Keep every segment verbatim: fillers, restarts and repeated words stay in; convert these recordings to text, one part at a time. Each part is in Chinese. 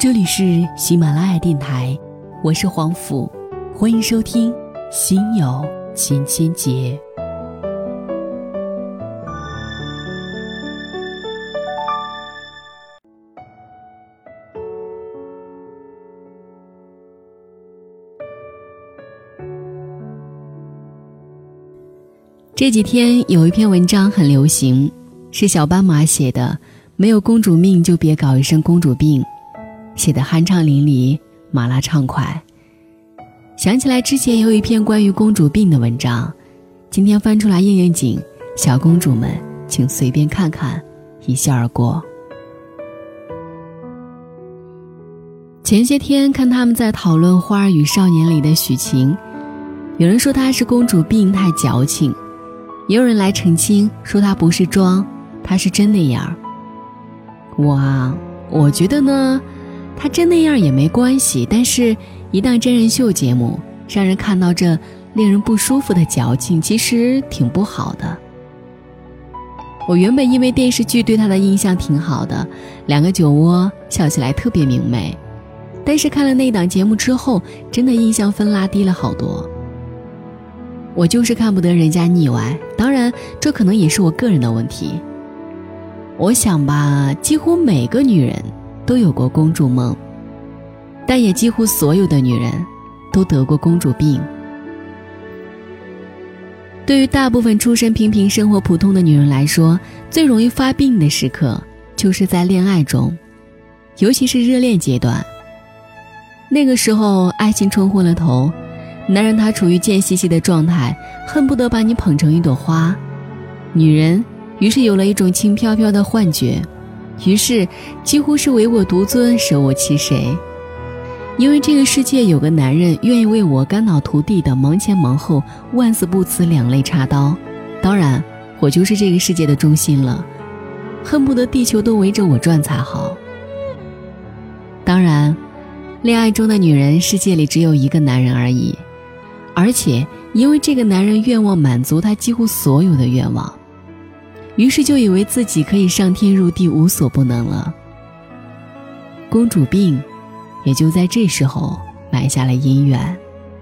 这里是喜马拉雅电台，我是黄甫，欢迎收听心有千千结。这几天有一篇文章很流行，是小斑马写的，没有公主命就别搞一身公主病，写得酣畅淋漓，麻辣畅快。想起来之前有一篇关于公主病的文章，今天翻出来应应景，小公主们请随便看看，一笑而过。前些天看他们在讨论《花儿与少年》里的许晴，有人说她是公主病太矫情，也有人来澄清说她不是装，她是真那样。我啊，我觉得呢，她真那样也没关系，但是一档真人秀节目让人看到这令人不舒服的矫情，其实挺不好的。我原本因为电视剧对她的印象挺好的，两个酒窝笑起来特别明媚，但是看了那档节目之后，真的印象分拉低了好多。我就是看不得人家腻歪，当然这可能也是我个人的问题。我想吧，几乎每个女人都有过公主梦，但也几乎所有的女人都得过公主病。对于大部分出身平平生活普通的女人来说，最容易发病的时刻就是在恋爱中，尤其是热恋阶段。那个时候爱情冲昏了头，男人他处于贱兮兮的状态，恨不得把你捧成一朵花，女人于是有了一种轻飘飘的幻觉，于是几乎是唯我独尊，舍我其谁。因为这个世界有个男人愿意为我肝脑涂地的忙前忙后，万死不辞，两肋插刀，当然我就是这个世界的中心了，恨不得地球都围着我转才好。当然恋爱中的女人世界里只有一个男人而已，而且因为这个男人愿望满足他几乎所有的愿望，于是就以为自己可以上天入地，无所不能了。公主病也就在这时候埋下了姻缘。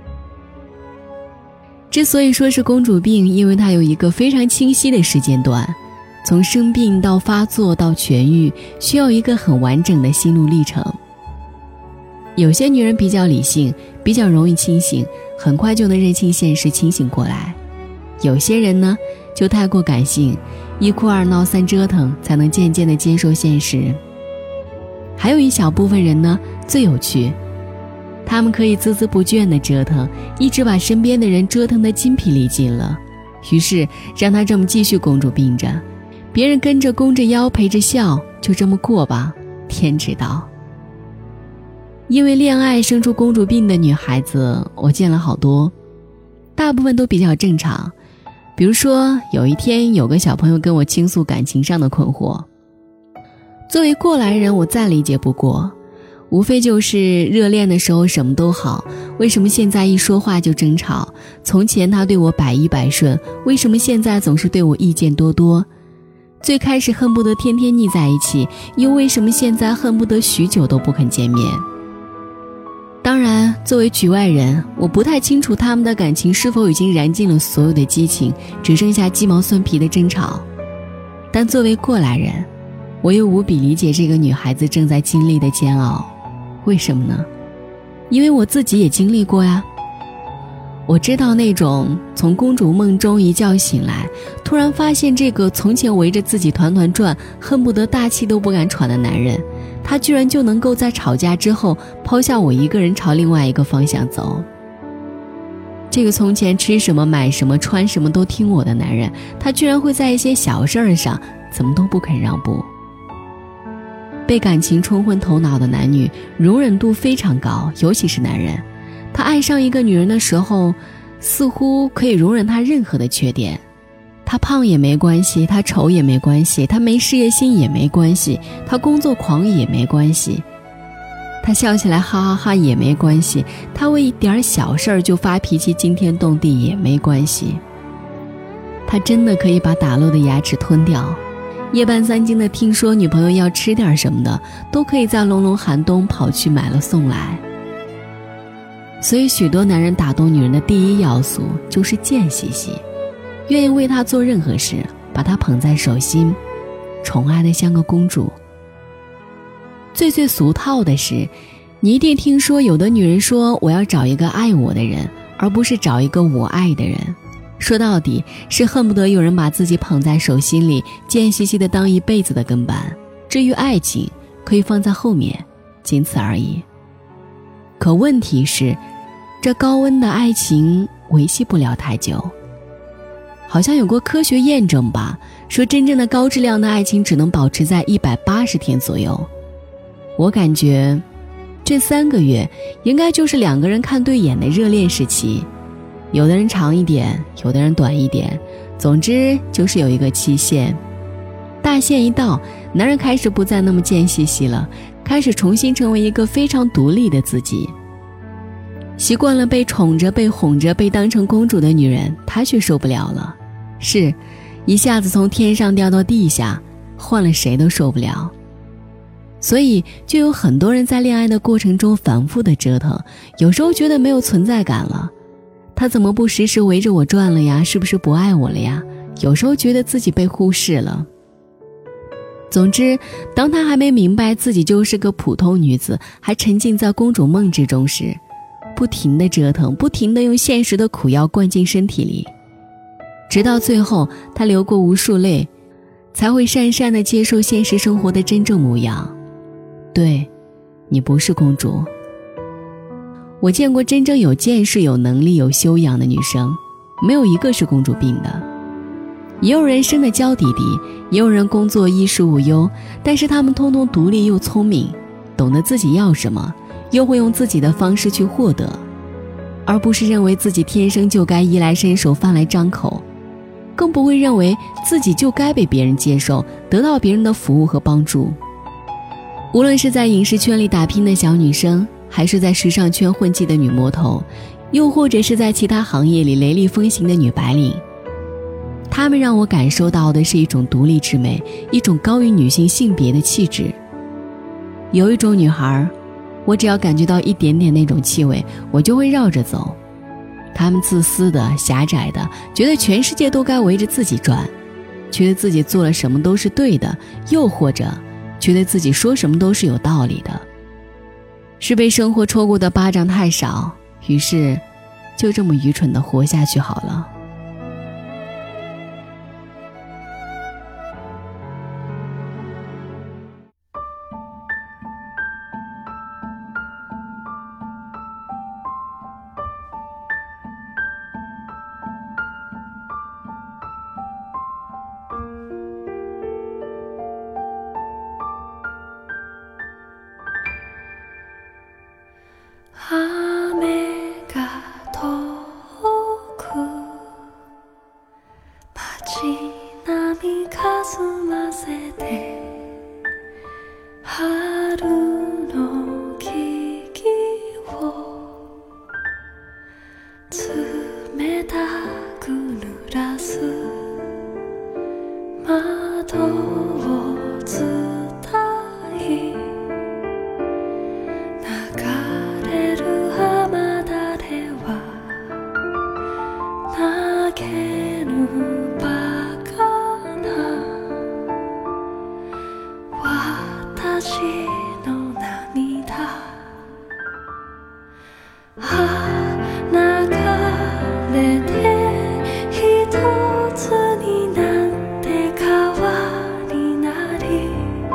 之所以说是公主病，因为它有一个非常清晰的时间段，从生病到发作到痊愈，需要一个很完整的心路历程。有些女人比较理性，比较容易清醒，很快就能认清现实，清醒过来。有些人呢就太过感性，一哭二闹三折腾，才能渐渐地接受现实。还有一小部分人呢最有趣，他们可以孜孜不倦地折腾，一直把身边的人折腾得筋疲力尽了，于是让他这么继续公主病着，别人跟着弓着腰陪着笑，就这么过吧，天知道。因为恋爱生出公主病的女孩子我见了好多，大部分都比较正常。比如说有一天有个小朋友跟我倾诉感情上的困惑，作为过来人我再理解不过，无非就是热恋的时候什么都好，为什么现在一说话就争吵？从前他对我百依百顺，为什么现在总是对我意见多多？最开始恨不得天天腻在一起，又为什么现在恨不得许久都不肯见面？当然作为局外人，我不太清楚他们的感情是否已经燃尽了所有的激情，只剩下鸡毛蒜皮的争吵。但作为过来人，我又无比理解这个女孩子正在经历的煎熬。为什么呢？因为我自己也经历过呀。我知道那种从公主梦中一觉醒来，突然发现这个从前围着自己团团转，恨不得大气都不敢喘的男人，他居然就能够在吵架之后抛下我一个人朝另外一个方向走。这个从前吃什么买什么穿什么都听我的男人，他居然会在一些小事儿上怎么都不肯让步。被感情冲昏头脑的男女容忍度非常高，尤其是男人，他爱上一个女人的时候似乎可以容忍她任何的缺点，他胖也没关系，他丑也没关系，他没事业心也没关系，他工作狂也没关系，他笑起来哈哈哈也没关系，他为一点小事儿就发脾气惊天动地也没关系。他真的可以把打落的牙齿吞掉， 夜半三更的听说女朋友要吃点什么的，都可以在隆隆寒冬跑去买了送来。所以许多男人打动女人的第一要素就是贱兮兮，愿意为她做任何事，把她捧在手心，宠爱得像个公主。最最俗套的是，你一定听说有的女人说我要找一个爱我的人，而不是找一个我爱的人。说到底是恨不得有人把自己捧在手心里，贱兮兮的当一辈子的跟班，至于爱情可以放在后面，仅此而已。可问题是，这高温的爱情维系不了太久。好像有过科学验证吧，说真正的高质量的爱情只能保持在一百八十天左右。我感觉这三个月应该就是两个人看对眼的热恋时期，有的人长一点，有的人短一点，总之就是有一个期限。大限一到，男人开始不再那么贱兮兮了，开始重新成为一个非常独立的自己。习惯了被宠着、被哄着、被当成公主的女人，她却受不了了，是一下子从天上掉到地下，换了谁都受不了。所以就有很多人在恋爱的过程中反复的折腾，有时候觉得没有存在感了，他怎么不时时围着我转了呀？是不是不爱我了呀？有时候觉得自己被忽视了。总之，当他还没明白自己就是个普通女子，还沉浸在公主梦之中时，不停地折腾，不停地用现实的苦药灌进身体里，直到最后他流过无数泪，才会讪讪地接受现实生活的真正模样。对，你不是公主。我见过真正有见识、有能力、有修养的女生，没有一个是公主病的。也有人生得娇滴滴，也有人工作衣食无忧，但是她们通通独立又聪明，懂得自己要什么，又会用自己的方式去获得，而不是认为自己天生就该衣来伸手饭来张口，更不会认为自己就该被别人接受，得到别人的服务和帮助。无论是在影视圈里打拼的小女生，还是在时尚圈混迹的女魔头，又或者是在其他行业里雷厉风行的女白领，她们让我感受到的是一种独立之美，一种高于女性性别的气质。有一种女孩，我只要感觉到一点点那种气味，我就会绕着走。她们自私的、狭窄的，觉得全世界都该围着自己转，觉得自己做了什么都是对的，又或者觉得自己说什么都是有道理的。是被生活戳过的巴掌太少，于是就这么愚蠢地活下去好了。 雨が遠く街並みかすませて春の木々を冷たく濡らす窓を伝い流れる雨だれは泣けぬバカな私の涙流れて一つになって川になり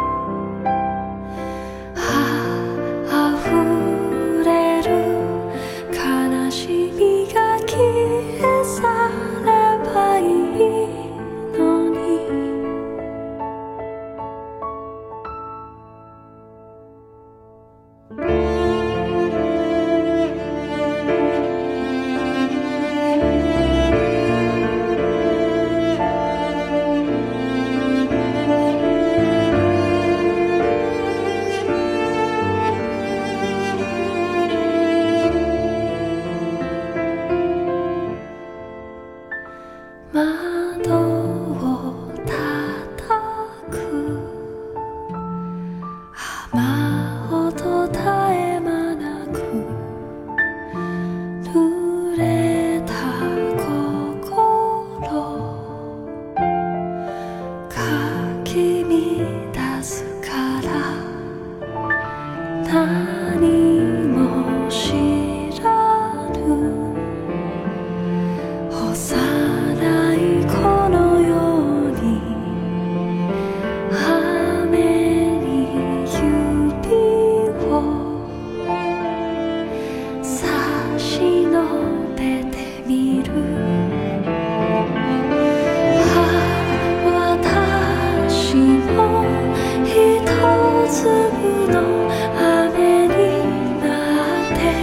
粒の雨になって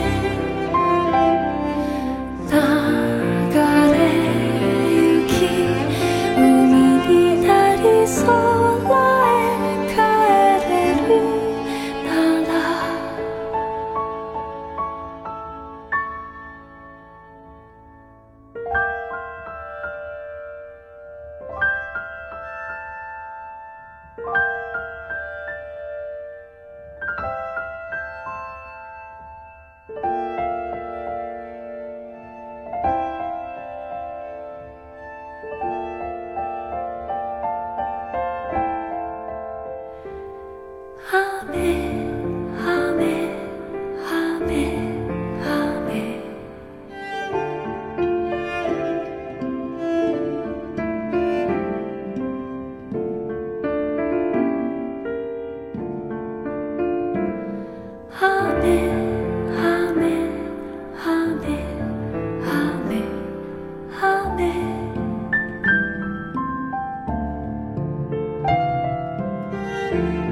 流れ行き海になり空へ帰れるなら雨雨雨雨雨雨雨雨